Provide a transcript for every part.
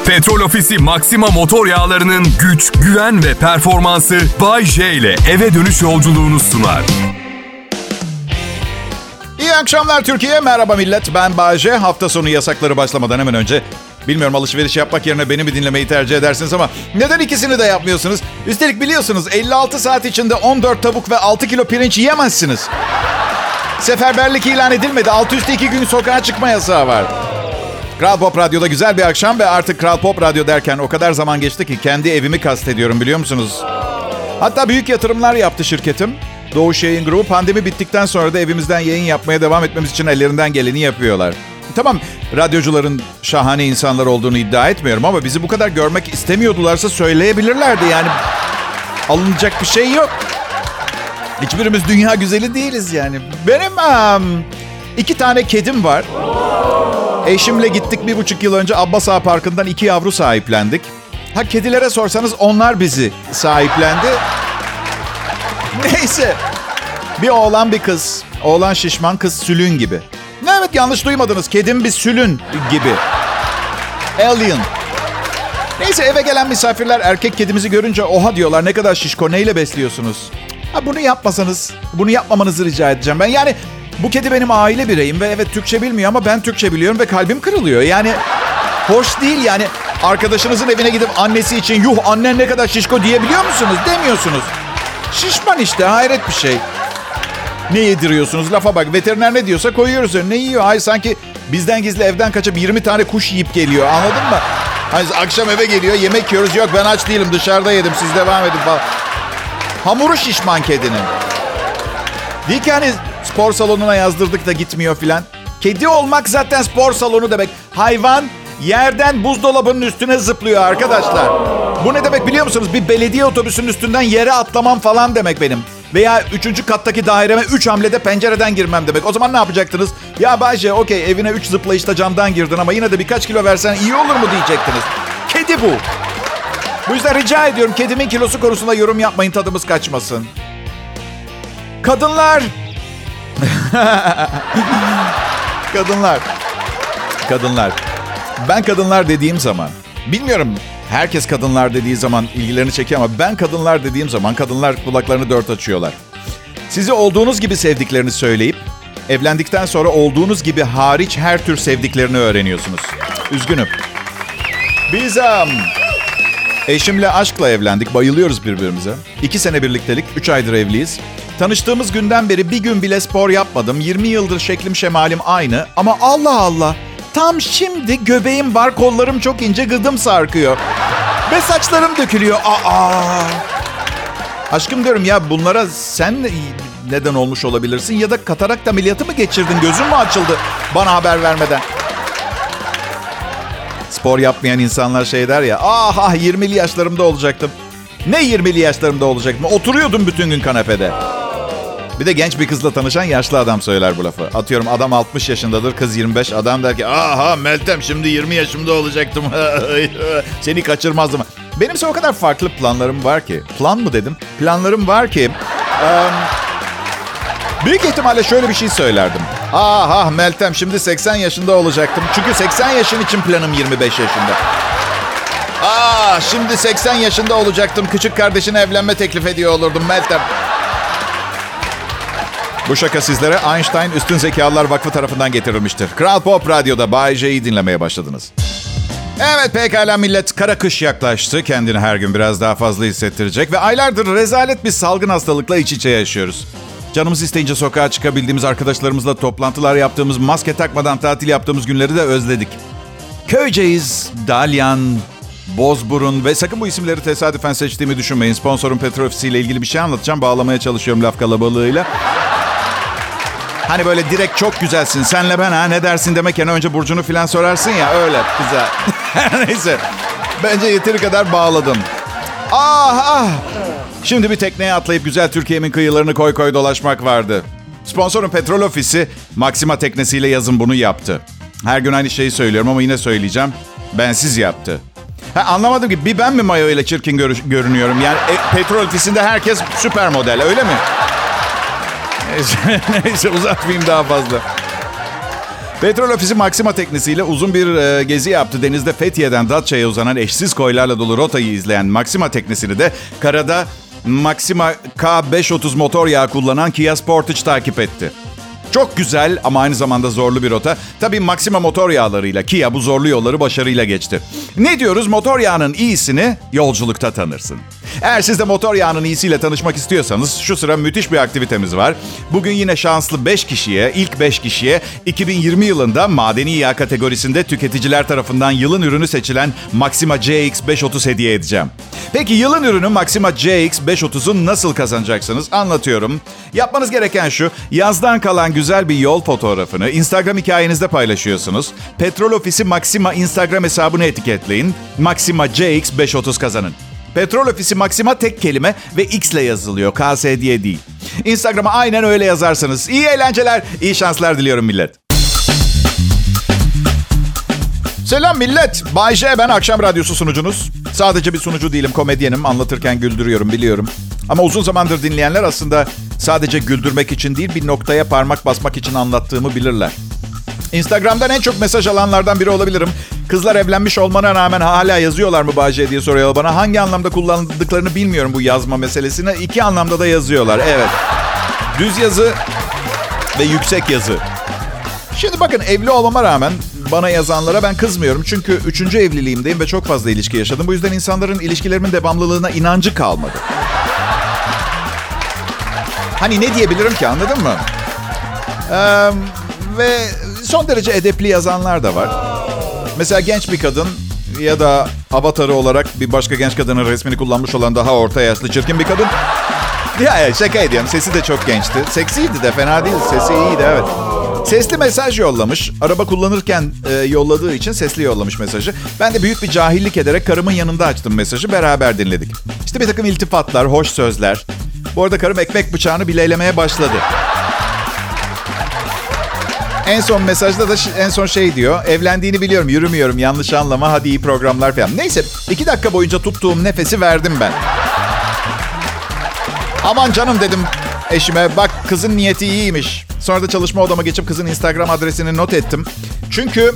Petrol Ofisi Maxima motor yağlarının güç, güven ve performansı Bay J ile eve dönüş yolculuğunu sunar. İyi akşamlar Türkiye, merhaba millet. Ben Bay J. Hafta sonu yasakları başlamadan hemen önce... Bilmiyorum, alışveriş yapmak yerine beni mi dinlemeyi tercih edersiniz ama... Neden ikisini de yapmıyorsunuz? Üstelik biliyorsunuz 56 saat içinde 14 tavuk ve 6 kilo pirinç yiyemezsiniz. Seferberlik ilan edilmedi. 6 üstü 2 gün sokağa çıkma yasağı var. Kral Pop Radyo'da güzel bir akşam ve artık Kral Pop Radyo derken o kadar zaman geçti ki kendi evimi kastediyorum, biliyor musunuz? Hatta büyük yatırımlar yaptı şirketim. Doğuş Yayın Grubu pandemi bittikten sonra da evimizden yayın yapmaya devam etmemiz için ellerinden geleni yapıyorlar. Tamam, radyocuların şahane insanlar olduğunu iddia etmiyorum ama bizi bu kadar görmek istemiyordularsa söyleyebilirlerdi. Yani alınacak bir şey yok. Hiçbirimiz dünya güzeli değiliz yani. Benim 2 tane kedim var. Eşimle gittik 1,5 yıl önce Abbas Ağa Parkı'ndan 2 yavru sahiplendik. Ha, kedilere sorsanız onlar bizi sahiplendi. Neyse. Bir oğlan bir kız. Oğlan şişman, kız sülün gibi. Evet, yanlış duymadınız. Kedim bir sülün gibi. Alien. Neyse, eve gelen misafirler erkek kedimizi görünce oha diyorlar, ne kadar şişko, neyle besliyorsunuz? Ha, bunu yapmasanız, bunu yapmamanızı rica edeceğim ben. Yani bu kedi benim aile bireyim ve evet Türkçe bilmiyor ama ben Türkçe biliyorum ve kalbim kırılıyor. Yani hoş değil yani. Arkadaşınızın evine gidip annesi için yuh annen ne kadar şişko diyebiliyor musunuz? Demiyorsunuz. Şişman işte, hayret bir şey. Ne yediriyorsunuz? Lafa bak. Veteriner ne diyorsa koyuyoruz önüne, yiyor. Ay sanki bizden gizli evden kaçıp 20 tane kuş yiyip geliyor. Anladın mı? Hani akşam eve geliyor, yemek yiyoruz. Yok ben aç değilim, dışarıda yedim, siz devam edin falan. Hamuru şişman kedinin. Değil ki hani spor salonuna yazdırdık da gitmiyor filan. Kedi olmak zaten spor salonu demek. Hayvan yerden buzdolabının üstüne zıplıyor arkadaşlar. Bu ne demek biliyor musunuz? Bir belediye otobüsünün üstünden yere atlamam falan demek benim. Veya 3. kattaki daireme 3 hamlede pencereden girmem demek. O zaman ne yapacaktınız? Ya Bayce, okey, evine 3 zıplayışta camdan girdin ama yine de birkaç kilo versen iyi olur mu diyecektiniz. Kedi bu. Bu yüzden rica ediyorum, kedimin kilosu konusunda yorum yapmayın, tadımız kaçmasın. Kadınlar. Kadınlar. Ben kadınlar dediğim zaman, bilmiyorum herkes kadınlar dediği zaman ilgilerini çekiyor ama ben kadınlar dediğim zaman kadınlar kulaklarını 4 açıyorlar. Sizi olduğunuz gibi sevdiklerini söyleyip evlendikten sonra olduğunuz gibi hariç her tür sevdiklerini öğreniyorsunuz. Üzgünüm. Biz eşimle aşkla evlendik. Bayılıyoruz birbirimize. 2 sene birliktelik, 3 aydır evliyiz. Tanıştığımız günden beri bir gün bile spor yapmadım. 20 yıldır şeklim şemalim aynı. Ama Allah Allah, tam şimdi göbeğim var, kollarım çok ince, gıdım sarkıyor. Ve saçlarım dökülüyor. Aşkım diyorum ya, bunlara sen neden olmuş olabilirsin? Ya da katarakt ameliyatı mı geçirdin? Gözün mü açıldı bana haber vermeden? Spor yapmayan insanlar şey der ya. 20'li yaşlarımda olacaktım. Ne 20'li yaşlarımda olacaktım? Oturuyordum bütün gün kanepede. Bir de genç bir kızla tanışan yaşlı adam söyler bu lafı. Atıyorum adam 60 yaşındadır, kız 25. Adam der ki Meltem şimdi 20 yaşımda olacaktım. Seni kaçırmazdım. Benimse o kadar farklı planlarım var ki. Plan mı dedim? Planlarım var ki. Büyük ihtimalle şöyle bir şey söylerdim. Meltem şimdi 80 yaşında olacaktım. Çünkü 80 yaşın için planım 25 yaşında. Şimdi 80 yaşında olacaktım. Küçük kardeşine evlenme teklif ediyor olurdum Meltem. Bu şaka sizlere Einstein Üstün Zekalılar Vakfı tarafından getirilmiştir. Kral Pop Radyo'da Bay J'yi dinlemeye başladınız. Evet pekala millet, kara kış yaklaştı. Kendini her gün biraz daha fazla hissettirecek ve aylardır rezalet bir salgın hastalıkla iç içe yaşıyoruz. Canımız isteyince sokağa çıkabildiğimiz, arkadaşlarımızla toplantılar yaptığımız, maske takmadan tatil yaptığımız günleri de özledik. Köyceğiz, Dalyan, Bozburun ve sakın bu isimleri tesadüfen seçtiğimi düşünmeyin. Sponsorum Petrol Ofisi ile ilgili bir şey anlatacağım. Bağlamaya çalışıyorum laf kalabalığıyla. Hani böyle direkt çok güzelsin, senle ben ne dersin demek yerine önce burcunu falan sorarsın ya, öyle güzel. Neyse, bence yeteri kadar bağladım. Şimdi bir tekneye atlayıp güzel Türkiye'min kıyılarını koy koy dolaşmak vardı. Sponsorum Petrol Ofisi Maxima teknesiyle yazın bunu yaptı. Her gün aynı şeyi söylüyorum ama yine söyleyeceğim. Bensiz yaptı. Anlamadım ki bir ben mi mayo ile çirkin görünüyorum? Yani Petrol Ofisi'nde herkes süper model, öyle mi? Neyse uzatmayayım daha fazla. Petrol Ofisi Maxima teknesiyle uzun bir gezi yaptı. Denizde Fethiye'den Datça'ya uzanan eşsiz koylarla dolu rotayı izleyen Maxima teknesini de karada Maxima K530 motor yağı kullanan Kia Sportage takip etti. Çok güzel ama aynı zamanda zorlu bir rota. Tabii Maxima motor yağlarıyla Kia bu zorlu yolları başarıyla geçti. Ne diyoruz? Motor yağının iyisini yolculukta tanırsın. Eğer siz de motor yağının iyisiyle tanışmak istiyorsanız şu sıra müthiş bir aktivitemiz var. Bugün yine şanslı ilk 5 kişiye 2020 yılında madeni yağ kategorisinde tüketiciler tarafından yılın ürünü seçilen Maxima CX530 hediye edeceğim. Peki yılın ürünü Maxima CX530'u nasıl kazanacaksınız? Anlatıyorum. Yapmanız gereken şu: yazdan kalan güzel bir yol fotoğrafını Instagram hikayenizde paylaşıyorsunuz. Petrol Ofisi Maxima Instagram hesabını etiketleyin. Maxima CX530 kazanın. Petrol Ofisi Maxima tek kelime ve X ile yazılıyor. KS diye değil. Instagram'a aynen öyle yazarsanız. İyi eğlenceler, iyi şanslar diliyorum millet. Selam millet. Bay J, ben akşam radyosu sunucunuz. Sadece bir sunucu değilim, komedyenim. Anlatırken güldürüyorum, biliyorum. Ama uzun zamandır dinleyenler aslında sadece güldürmek için değil, bir noktaya parmak basmak için anlattığımı bilirler. Instagram'dan en çok mesaj alanlardan biri olabilirim. Kızlar evlenmiş olmana rağmen hala yazıyorlar mı Bay J diye soruyorlar bana. Hangi anlamda kullandıklarını bilmiyorum bu yazma meselesini. 2 anlamda da yazıyorlar, evet. Düz yazı ve yüksek yazı. Şimdi bakın, evli olmama rağmen bana yazanlara ben kızmıyorum. Çünkü 3. evliliğimdeyim ve çok fazla ilişki yaşadım. Bu yüzden insanların ilişkilerimin devamlılığına inancı kalmadı. Hani ne diyebilirim ki, anladın mı? Ve son derece edepli yazanlar da var. Mesela genç bir kadın ya da avatarı olarak bir başka genç kadının resmini kullanmış olan daha orta yaşlı çirkin bir kadın. Ya şaka ediyorum, sesi de çok gençti. Seksiydi de, fena değil, sesi iyiydi, evet. Sesli mesaj yollamış. Araba kullanırken yolladığı için sesli yollamış mesajı. Ben de büyük bir cahillik ederek karımın yanında açtım mesajı. Beraber dinledik. İşte bir takım iltifatlar, hoş sözler. Bu arada karım ekmek bıçağını bileylemeye başladı. En son mesajda da en son şey diyor. Evlendiğini biliyorum, yürümüyorum, yanlış anlama, hadi iyi programlar falan. Neyse, 2 dakika boyunca tuttuğum nefesi verdim ben. Aman canım dedim eşime, bak kızın niyeti iyiymiş. Sonra da çalışma odama geçip kızın Instagram adresini not ettim. Çünkü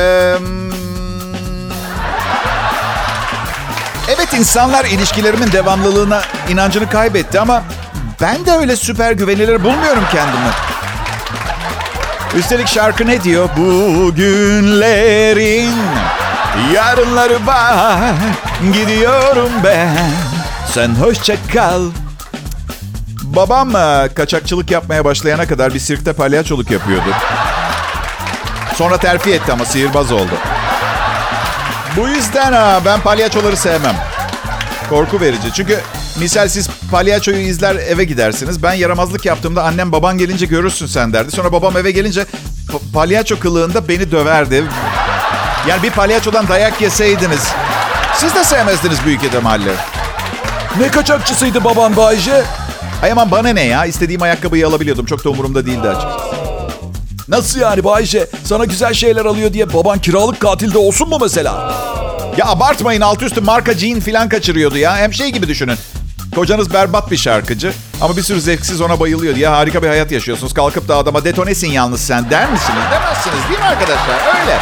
evet, insanlar ilişkilerimin devamlılığına inancını kaybetti ama ben de öyle süper güvenilir bulmuyorum kendimi. Üstelik şarkı ne diyor? Bugünlerin yarınları var, gidiyorum ben, sen hoşça kal. Babam kaçakçılık yapmaya başlayana kadar bir sirkte palyaçoluk yapıyordu. Sonra terfi etti ama sihirbaz oldu. Bu yüzden ben palyaçoları sevmem. Korku verici. Çünkü misal siz palyaçoyu izler eve gidersiniz. Ben yaramazlık yaptığımda annem baban gelince görürsün sen derdi. Sonra babam eve gelince palyaço kılığında beni döverdi. Yani bir palyaçodan dayak yeseydiniz siz de sevmezdiniz büyük ihtimalle. Ne kaçakçısıydı baban Bay J? Ay aman bana ne ya? İstediğim ayakkabıyı alabiliyordum. Çok da umurumda değildi açıkçası. Nasıl yani Bayce? Sana güzel şeyler alıyor diye baban kiralık katilde olsun mu mesela? Ya abartmayın, altı üstü marka jean falan kaçırıyordu ya. Hem şey gibi düşünün. Kocanız berbat bir şarkıcı ama bir sürü zevksiz ona bayılıyor diye harika bir hayat yaşıyorsunuz. Kalkıp da adama detonesin yalnız sen der misiniz? Demezsiniz değil mi arkadaşlar? Öyle.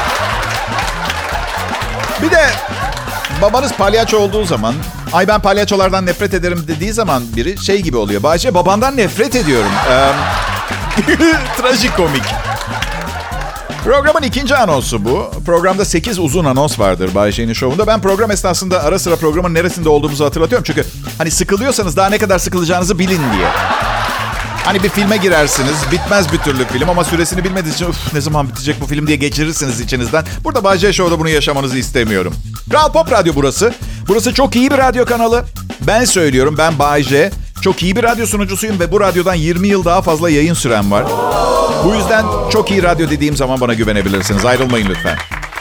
Bir de babanız palyaço olduğu zaman, ay ben palyaçolardan nefret ederim dediği zaman biri şey gibi oluyor. Bahçe, babandan nefret ediyorum. Trajikomik. Programın 2. anonsu bu. Programda 8 uzun anons vardır Bay J'nin şovunda. Ben program esnasında ara sıra programın neresinde olduğumuzu hatırlatıyorum. Çünkü hani sıkılıyorsanız daha ne kadar sıkılacağınızı bilin diye. Hani bir filme girersiniz, bitmez bir türlü film ama süresini bilmediğiniz için ne zaman bitecek bu film diye geçirirsiniz içinizden. Burada Bay J Show'da bunu yaşamanızı istemiyorum. Kral Pop Radyo burası. Burası çok iyi bir radyo kanalı. Ben söylüyorum, ben Bay J. Çok iyi bir radyo sunucusuyum ve bu radyodan 20 yıl daha fazla yayın sürem var. Bu yüzden çok iyi radyo dediğim zaman bana güvenebilirsiniz. Ayrılmayın lütfen.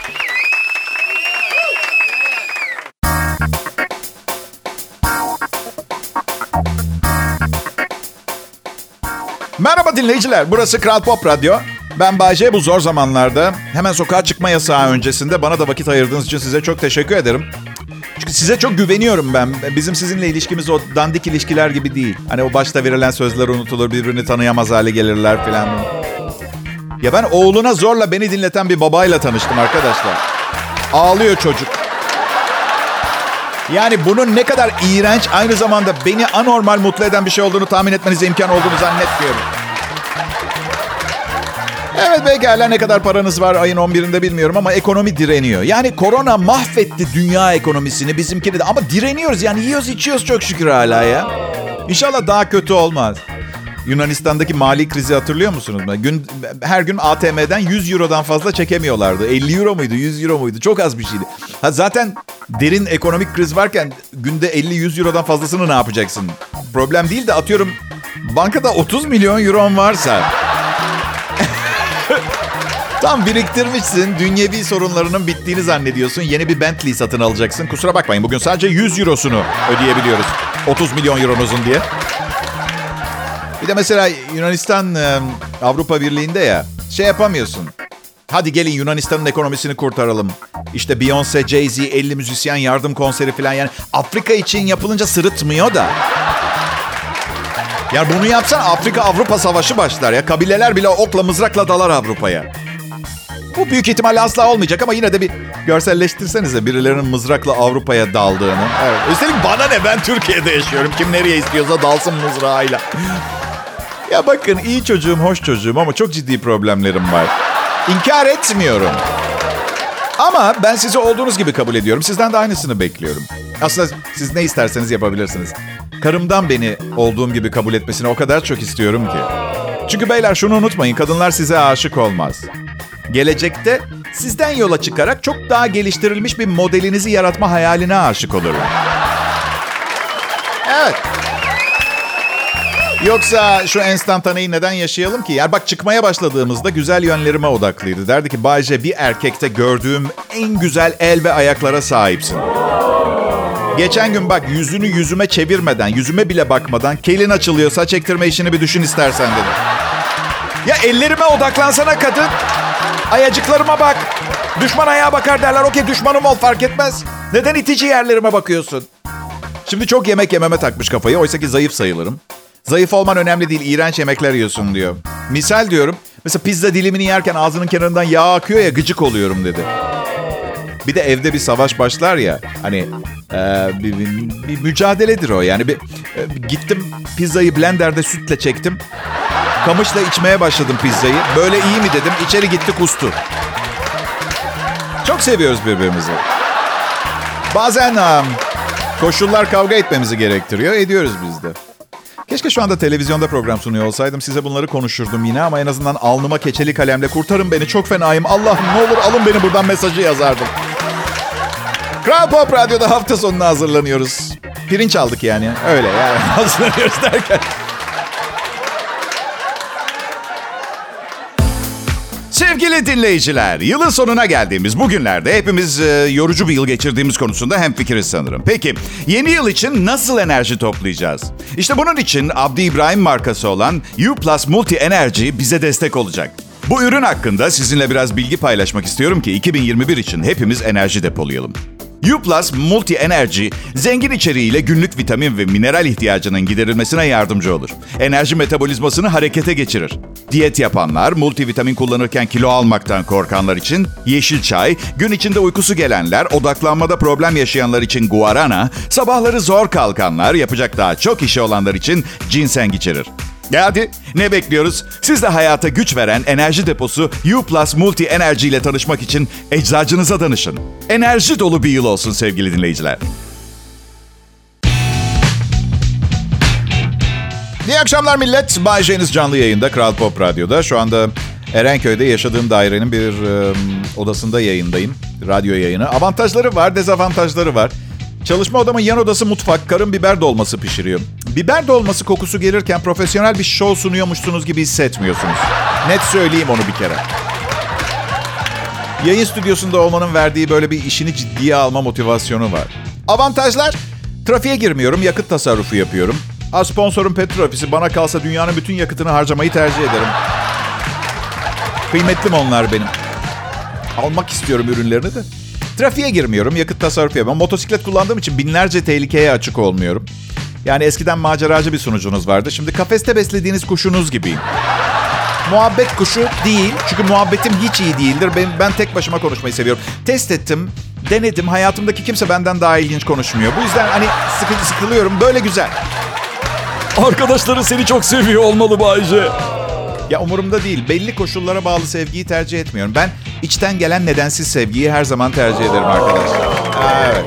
Merhaba dinleyiciler, burası Kral Pop Radyo. Ben Bay J. Bu zor zamanlarda, hemen sokağa çıkma yasağı öncesinde bana da vakit ayırdığınız için size çok teşekkür ederim. Çünkü size çok güveniyorum ben. Bizim sizinle ilişkimiz o dandik ilişkiler gibi değil. Hani o başta verilen sözler unutulur, birbirini tanıyamaz hale gelirler falan. Ya ben oğluna zorla beni dinleten bir babayla tanıştım arkadaşlar. Ağlıyor çocuk. Yani bunun ne kadar iğrenç, aynı zamanda beni anormal mutlu eden bir şey olduğunu tahmin etmenize imkan olduğunu zannetmiyorum. Evet belki hala ne kadar paranız var ayın 11'inde bilmiyorum ama ekonomi direniyor. Yani korona mahvetti dünya ekonomisini, bizimkini de, ama direniyoruz yani, yiyoruz içiyoruz çok şükür hala ya. İnşallah daha kötü olmaz. Yunanistan'daki mali krizi hatırlıyor musunuz? Her gün ATM'den 100 Euro'dan fazla çekemiyorlardı. 50 Euro muydu, 100 Euro muydu? Çok az bir şeydi. Zaten derin ekonomik kriz varken günde 50-100 Euro'dan fazlasını ne yapacaksın? Problem değil de atıyorum bankada 30 milyon Euro'n varsa... Tam biriktirmişsin, dünyevi sorunlarının bittiğini zannediyorsun. Yeni bir Bentley satın alacaksın. Kusura bakmayın bugün sadece 100 Euro'sunu ödeyebiliyoruz. 30 milyon Euro'nuzun diye. Bir de mesela Yunanistan Avrupa Birliği'nde ya, şey yapamıyorsun. Hadi gelin Yunanistan'ın ekonomisini kurtaralım. İşte Beyoncé, Jay-Z, 50 müzisyen yardım konseri falan, yani Afrika için yapılınca sırıtmıyor da. Yani bunu yapsan Afrika-Avrupa savaşı başlar ya. Kabileler bile okla mızrakla dalar Avrupa'ya. Bu büyük ihtimalle asla olmayacak ama yine de bir görselleştirsenize birilerinin mızrakla Avrupa'ya daldığını. Evet. Üstelik bana ne, ben Türkiye'de yaşıyorum. Kim nereye istiyorsa dalsın mızrağıyla. Ya bakın, iyi çocuğum, hoş çocuğum ama çok ciddi problemlerim var. İnkar etmiyorum. Ama ben sizi olduğunuz gibi kabul ediyorum. Sizden de aynısını bekliyorum. Aslında siz ne isterseniz yapabilirsiniz. Karımdan beni olduğum gibi kabul etmesini o kadar çok istiyorum ki. Çünkü beyler şunu unutmayın, kadınlar size aşık olmaz. Gelecekte sizden yola çıkarak çok daha geliştirilmiş bir modelinizi yaratma hayaline aşık olurlar. Evet. Yoksa şu enstantaneyi neden yaşayalım ki? Yani bak, çıkmaya başladığımızda güzel yönlerime odaklıydı. Derdi ki Bay J, bir erkekte gördüğüm en güzel el ve ayaklara sahipsin. Geçen gün bak, yüzünü yüzüme çevirmeden, yüzüme bile bakmadan kelin açılıyor, saç ektirme işini bir düşün istersen dedi. Ya ellerime odaklansana kadın. Ayacıklarıma bak. Düşman ayağa bakar derler. Okey, düşmanım ol, fark etmez. Neden itici yerlerime bakıyorsun? Şimdi çok yemek yememe takmış kafayı. Oysa ki zayıf sayılırım. Zayıf olman önemli değil, iğrenç yemekler yiyorsun diyor. Misal diyorum, mesela pizza dilimini yerken ağzının kenarından yağ akıyor ya, gıcık oluyorum dedi. Bir de evde bir savaş başlar ya, hani bir mücadeledir o yani. Gittim pizzayı blenderde sütle çektim. Kamışla içmeye başladım pizzayı. Böyle iyi mi dedim, içeri gitti kustu. Çok seviyoruz birbirimizi. Bazen koşullar kavga etmemizi gerektiriyor, ediyoruz biz de. Keşke şu anda televizyonda program sunuyor olsaydım, size bunları konuşurdum yine ama en azından alnıma keçeli kalemle "kurtarın beni, çok fenayım, Allah'ım ne olur alın beni buradan" mesajı yazardım. Kral Pop Radyo'da hafta sonuna hazırlanıyoruz. Pirinç aldık yani, öyle yani hazırlanıyoruz derken. Sevgili dinleyiciler, yılın sonuna geldiğimiz bu günlerde hepimiz yorucu bir yıl geçirdiğimiz konusunda hemfikiriz sanırım. Peki, yeni yıl için nasıl enerji toplayacağız? İşte bunun için Abdi İbrahim markası olan U+ Multi Energy bize destek olacak. Bu ürün hakkında sizinle biraz bilgi paylaşmak istiyorum ki 2021 için hepimiz enerji depolayalım. U+ Multi Energy, zengin içeriğiyle günlük vitamin ve mineral ihtiyacının giderilmesine yardımcı olur. Enerji metabolizmasını harekete geçirir. Diyet yapanlar, multivitamin kullanırken kilo almaktan korkanlar için yeşil çay, gün içinde uykusu gelenler, odaklanmada problem yaşayanlar için guarana, sabahları zor kalkanlar, yapacak daha çok işi olanlar için ginseng içerir. Hadi ne bekliyoruz? Siz de hayata güç veren enerji deposu U+ Multi Energy ile tanışmak için eczacınıza danışın. Enerji dolu bir yıl olsun sevgili dinleyiciler. İyi akşamlar millet. Bay J'niz canlı yayında Kral Pop Radyo'da. Şu anda Erenköy'de yaşadığım dairenin bir odasında yayındayım. Radyo yayını. Avantajları var, dezavantajları var. Çalışma odamın yan odası mutfak. Karım biber dolması pişiriyor. Biber dolması kokusu gelirken profesyonel bir şov sunuyormuşsunuz gibi hissetmiyorsunuz. Net söyleyeyim onu bir kere. Yayın stüdyosunda olmanın verdiği böyle bir işini ciddiye alma motivasyonu var. Avantajlar: trafiğe girmiyorum, yakıt tasarrufu yapıyorum. Sponsorum Petrol Ofisi, bana kalsa dünyanın bütün yakıtını harcamayı tercih ederim. Kıymetlim onlar benim. Almak istiyorum ürünlerini de. Trafiğe girmiyorum, yakıt tasarrufu yapıyorum. Motosiklet kullandığım için binlerce tehlikeye açık olmuyorum. Yani eskiden maceracı bir sunucunuz vardı. Şimdi kafeste beslediğiniz kuşunuz gibiyim. muhabbet kuşu değil. Çünkü muhabbetim hiç iyi değildir. Ben tek başıma konuşmayı seviyorum. Test ettim, denedim. Hayatımdaki kimse benden daha ilginç konuşmuyor. Bu yüzden hani sıkılıyorum. Böyle güzel. Arkadaşların seni çok seviyor olmalı Bayce. Ya umurumda değil. Belli koşullara bağlı sevgiyi tercih etmiyorum. Ben içten gelen nedensiz sevgiyi her zaman tercih ederim arkadaşlar. Evet.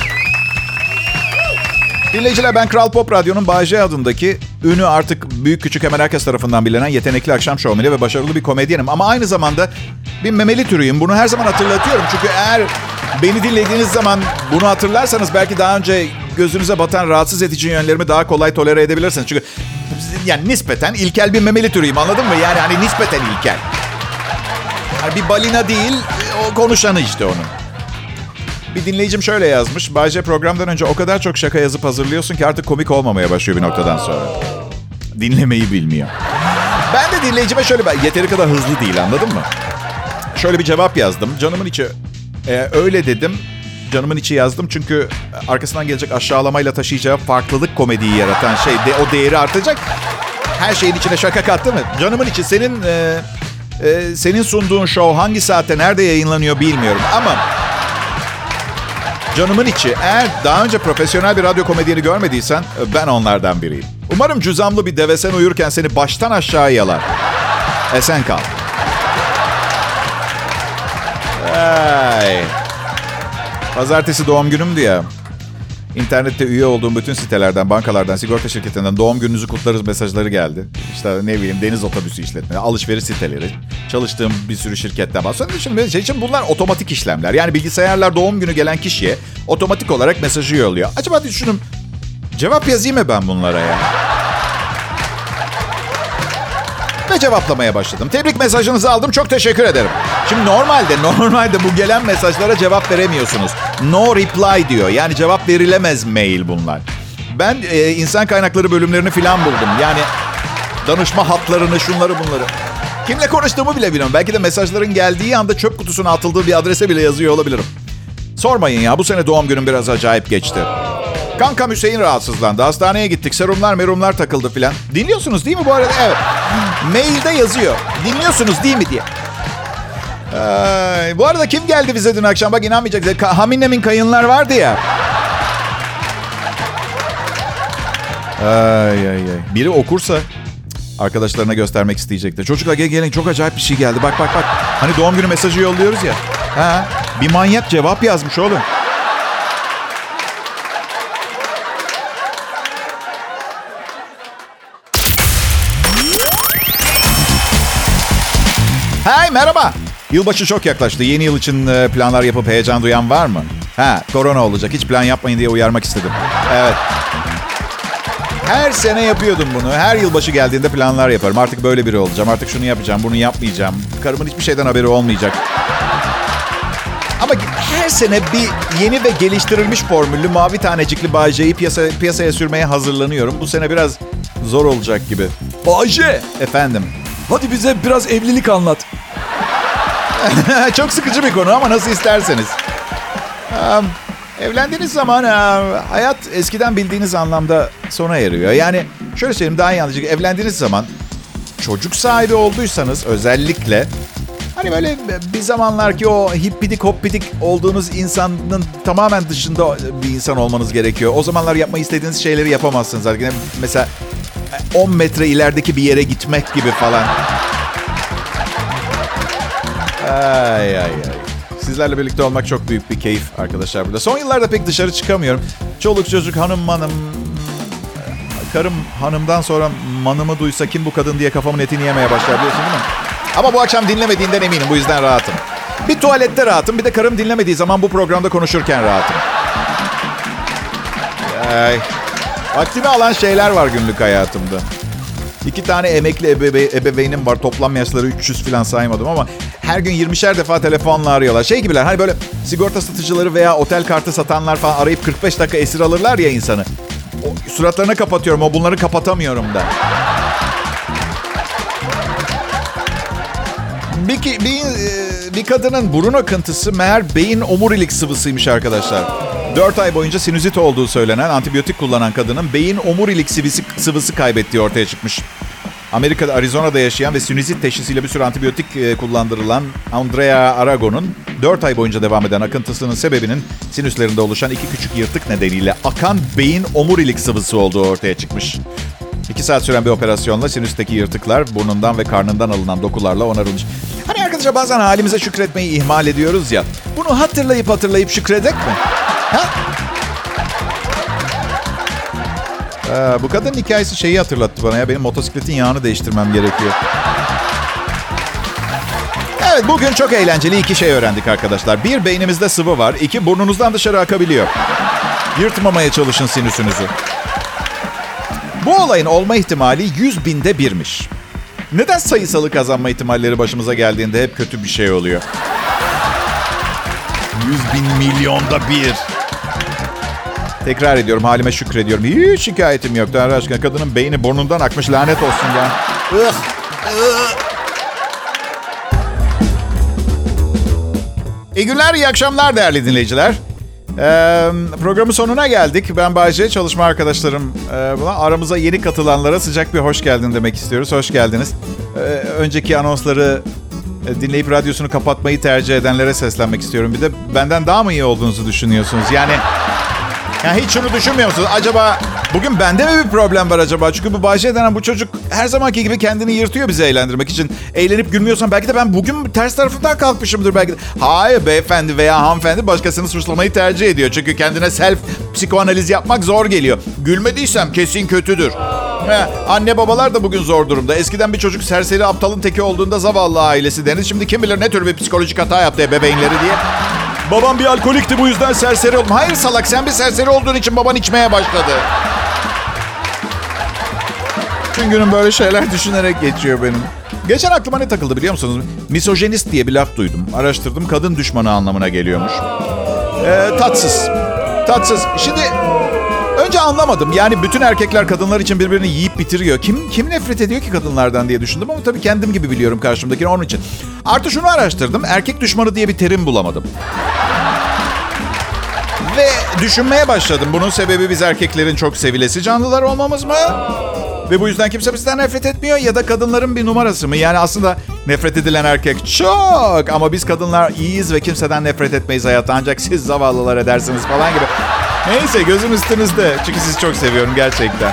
Dinleyiciler, ben Kral Pop Radyo'nun Bay J adındaki ünlü, artık büyük küçük hemen herkes tarafından bilinen yetenekli akşam şovmeni ve başarılı bir komedyenim. Ama aynı zamanda bir memeli türüyüm. Bunu her zaman hatırlatıyorum. Çünkü eğer beni dinlediğiniz zaman bunu hatırlarsanız belki daha önce gözünüze batan rahatsız edici yönlerimi daha kolay tolere edebilirsiniz. Çünkü yani nispeten ilkel bir memeli türüyüm, anladın mı? Yani hani nispeten ilkel. Yani bir balina değil, o konuşanı işte onun. Bir dinleyicim şöyle yazmış. Bay J, programdan önce o kadar çok şaka yazıp hazırlıyorsun ki artık komik olmamaya başlıyor bir noktadan sonra. Dinlemeyi bilmiyor. Ben de dinleyicime şöyle, yeteri kadar hızlı değil, anladın mı? Şöyle bir cevap yazdım. Canımın içi öyle dedim. Canımın içi yazdım çünkü arkasından gelecek aşağılamayla taşıyacağı farklılık komediyi yaratan şey. O değeri artacak. Her şeyin içine şaka kattı mı? Canımın içi, senin sunduğun show hangi saatte nerede yayınlanıyor bilmiyorum ama canımın içi, eğer daha önce profesyonel bir radyo komedyeni görmediysen ben onlardan biriyim. Umarım cüzamlı bir devesen uyurken seni baştan aşağı yalar. Esen kal. Ay. Pazartesi doğum günümdü ya. İnternette üye olduğum bütün sitelerden, bankalardan, sigorta şirketinden doğum gününüzü kutlarız mesajları geldi. İşte ne bileyim, deniz otobüsü işletmeleri, alışveriş siteleri, çalıştığım bir sürü şirketten bahsediyorum. Şimdi bunlar otomatik işlemler. Yani bilgisayarlar doğum günü gelen kişiye otomatik olarak mesajı yolluyor. Acaba düşünün, cevap yazayım mı ben bunlara ya? Ve cevaplamaya başladım. Tebrik mesajınızı aldım, çok teşekkür ederim. Şimdi normalde bu gelen mesajlara cevap veremiyorsunuz. No reply diyor. Yani cevap verilemez mail bunlar. Ben insan kaynakları bölümlerini falan buldum. Yani danışma hatlarını, şunları bunları. Kimle konuştuğumu bile bilmiyorum. Belki de mesajların geldiği anda çöp kutusuna atıldığı bir adrese bile yazıyor olabilirim. Sormayın ya, bu sene doğum günüm biraz acayip geçti. Kankam Hüseyin rahatsızlandı. Hastaneye gittik. Serumlar takıldı filan. Dinliyorsunuz değil mi bu arada? Evet. Mailde yazıyor. Dinliyorsunuz değil mi diye. Bu arada kim geldi bize dün akşam? Bak inanmayacaksın. Hamine'min kayınlar vardı ya. Ay. Biri okursa arkadaşlarına göstermek isteyecektir. Çocuklar gelin, çok acayip bir şey geldi. Bak. Hani doğum günü mesajı yolluyoruz ya. Bir manyak cevap yazmış oğlum. Hey, merhaba. Yılbaşı çok yaklaştı. Yeni yıl için planlar yapıp heyecan duyan var mı? Korona olacak. Hiç plan yapmayın diye uyarmak istedim. Evet. Her sene yapıyordum bunu. Her yılbaşı geldiğinde planlar yaparım. Artık böyle biri olacağım. Artık şunu yapacağım, bunu yapmayacağım. Karımın hiçbir şeyden haberi olmayacak. Ama her sene bir yeni ve geliştirilmiş formüllü mavi tanecikli Bay J'yi piyasaya sürmeye hazırlanıyorum. Bu sene biraz zor olacak gibi. Bayce, Efendim? hadi bize biraz evlilik anlat. Çok sıkıcı bir konu ama nasıl isterseniz. Evlendiğiniz zaman hayat eskiden bildiğiniz anlamda sona eriyor. Yani şöyle söyleyeyim, daha iyi anlayacak. Evlendiğiniz zaman çocuk sahibi olduysanız özellikle, hani böyle bir zamanlar ki o hippidik hoppidik olduğunuz insanın tamamen dışında bir insan olmanız gerekiyor. O zamanlar yapmayı istediğiniz şeyleri yapamazsınız artık. Mesela 10 metre ilerideki bir yere gitmek gibi falan. Ay. Sizlerle birlikte olmak çok büyük bir keyif arkadaşlar burada. Son yıllarda pek dışarı çıkamıyorum. Çoluk çocuk, hanım manım. Karım hanımdan sonra manımı duysa kim bu kadın diye kafamın etini yemeye başlar, biliyorsun değil mi? Ama bu akşam dinlemediğinden eminim, bu yüzden rahatım. Bir tuvalette rahatım, bir de karım dinlemediği zaman bu programda konuşurken rahatım. Vaktimi alan şeyler var günlük hayatımda. 2 tane emekli ebeveynim var. Toplam yaşları 300 falan saymadım ama her gün 20'şer defa telefonla arıyorlar. Şey gibiler, hani böyle sigorta satıcıları veya otel kartı satanlar falan arayıp 45 dakika esir alırlar ya insanı. O, suratlarına kapatıyorum, o bunları kapatamıyorum da. Bir kadının burun akıntısı meğer beyin omurilik sıvısıymış arkadaşlar. 4 ay boyunca sinüzit olduğu söylenen, antibiyotik kullanan kadının beyin omurilik sıvısı kaybettiği ortaya çıkmış. Amerika'da Arizona'da yaşayan ve sinüzit teşhisiyle bir sürü antibiyotik kullandırılan Andrea Arago'nun 4 ay boyunca devam eden akıntısının sebebinin sinüslerinde oluşan 2 küçük yırtık nedeniyle akan beyin omurilik sıvısı olduğu ortaya çıkmış. 2 saat süren bir operasyonla sinüsteki yırtıklar burnundan ve karnından alınan dokularla onarılmış. Hani arkadaşlar bazen halimize şükretmeyi ihmal ediyoruz ya. Bunu hatırlayıp şükredek mi? Ha? Bu kadının hikayesi şeyi hatırlattı bana ya. Benim motosikletin yağını değiştirmem gerekiyor. Evet, bugün çok eğlenceli 2 şey öğrendik arkadaşlar. 1, beynimizde sıvı var. 2, burnunuzdan dışarı akabiliyor. Yırtmamaya çalışın sinüsünüzü. Bu olayın olma ihtimali 100.000'de 1'miş. Neden sayısalı kazanma ihtimalleri başımıza geldiğinde hep kötü bir şey oluyor? 100.000 milyonda 1. Tekrar ediyorum, halime şükrediyorum. Hiç şikayetim yok. Tanrı aşkına, kadının beyni burnundan akmış, lanet olsun ya. İyi günler, iyi akşamlar değerli dinleyiciler. Programın sonuna geldik. Ben Bayce, çalışma arkadaşlarım. Aramıza yeni katılanlara sıcak bir hoş geldin demek istiyoruz. Hoş geldiniz. Önceki anonsları dinleyip radyosunu kapatmayı tercih edenlere seslenmek istiyorum. Bir de benden daha mı iyi olduğunuzu düşünüyorsunuz? Yani hiç şunu düşünmüyor musunuz? Acaba bugün bende mi bir problem var acaba? Çünkü bu Bayce denen bu çocuk her zamanki gibi kendini yırtıyor bizi eğlendirmek için. Eğlenip gülmüyorsam belki de ben bugün ters tarafından kalkmışımdır belki de. Hayır, beyefendi veya hanımefendi başkasını suçlamayı tercih ediyor. Çünkü kendine self psikoanaliz yapmak zor geliyor. Gülmediysem kesin kötüdür. Anne babalar da bugün zor durumda. Eskiden bir çocuk serseri aptalın teki olduğunda zavallı ailesi denir. Şimdi kim bilir ne tür bir psikolojik hata yaptı ebeveynleri diye. Babam bir alkolikti, bu yüzden serseri oldum. Hayır salak, sen bir serseri olduğun için baban içmeye başladı. Tüm günüm böyle şeyler düşünerek geçiyor benim. Geçen aklıma ne takıldı biliyor musunuz? Misojenist diye bir laf duydum. Araştırdım, kadın düşmanı anlamına geliyormuş. Tatsız. Şimdi önce anlamadım. Yani bütün erkekler kadınlar için birbirini yiyip bitiriyor. Kim nefret ediyor ki kadınlardan diye düşündüm ama tabii kendim gibi biliyorum karşımdakini, onun için. Artı şunu araştırdım. Erkek düşmanı diye bir terim bulamadım. Ve düşünmeye başladım. Bunun sebebi biz erkeklerin çok sevilesi canlılar olmamız mı? Ve bu yüzden kimse bizden nefret etmiyor ya da kadınların bir numarası mı? Yani aslında nefret edilen erkek çok ama biz kadınlar iyiyiz ve kimseden nefret etmeyiz hayatta. Ancak siz zavallılar edersiniz falan gibi. Neyse, gözüm üstünüzde. Çünkü sizi çok seviyorum gerçekten.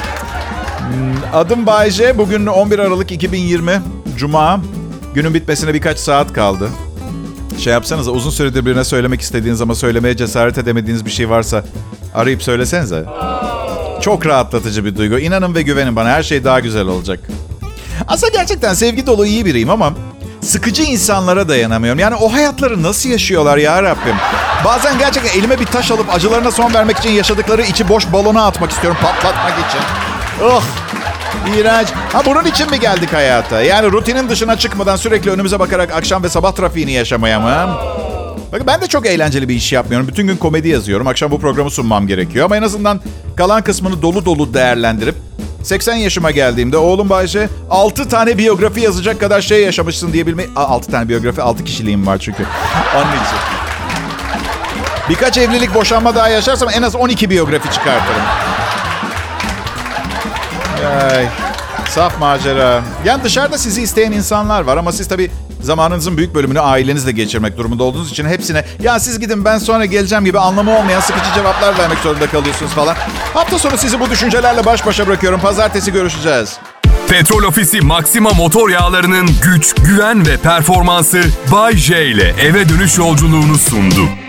Adım Bayce. Bugün 11 Aralık 2020. Cuma. Günün bitmesine birkaç saat kaldı. Şey yapsanıza, uzun süredir birine söylemek istediğiniz ama söylemeye cesaret edemediğiniz bir şey varsa arayıp söylesenize. Çok rahatlatıcı bir duygu. İnanın ve güvenin bana, her şey daha güzel olacak. Aslında gerçekten sevgi dolu iyi biriyim ama sıkıcı insanlara dayanamıyorum. Yani o hayatları nasıl yaşıyorlar ya Rabbim? Bazen gerçekten elime bir taş alıp acılarına son vermek için yaşadıkları içi boş balona atmak istiyorum, patlatmak için. İğrenç. Bunun için mi geldik hayata? Yani rutinin dışına çıkmadan sürekli önümüze bakarak akşam ve sabah trafiğini yaşamaya mı? Bakın, ben de çok eğlenceli bir iş yapmıyorum. Bütün gün komedi yazıyorum. Akşam bu programı sunmam gerekiyor. Ama en azından kalan kısmını dolu dolu değerlendirip 80 yaşıma geldiğimde oğlum Bayce 6 tane biyografi yazacak kadar şey yaşamışsın diyebilmeyi... 6 tane biyografi, 6 kişiliğim var çünkü. Onun için. Birkaç evlilik, boşanma daha yaşarsam en az 12 biyografi çıkartırım. Ay, saf macera. Yani dışarıda sizi isteyen insanlar var ama siz tabii zamanınızın büyük bölümünü ailenizle geçirmek durumunda olduğunuz için hepsine ya siz gidin ben sonra geleceğim gibi anlamı olmayan sıkıcı cevaplar vermek zorunda kalıyorsunuz falan. Hafta sonu sizi bu düşüncelerle baş başa bırakıyorum. Pazartesi görüşeceğiz. Petrol Ofisi Maxima motor yağlarının güç, güven ve performansı Bay J ile eve dönüş yolculuğunu sundu.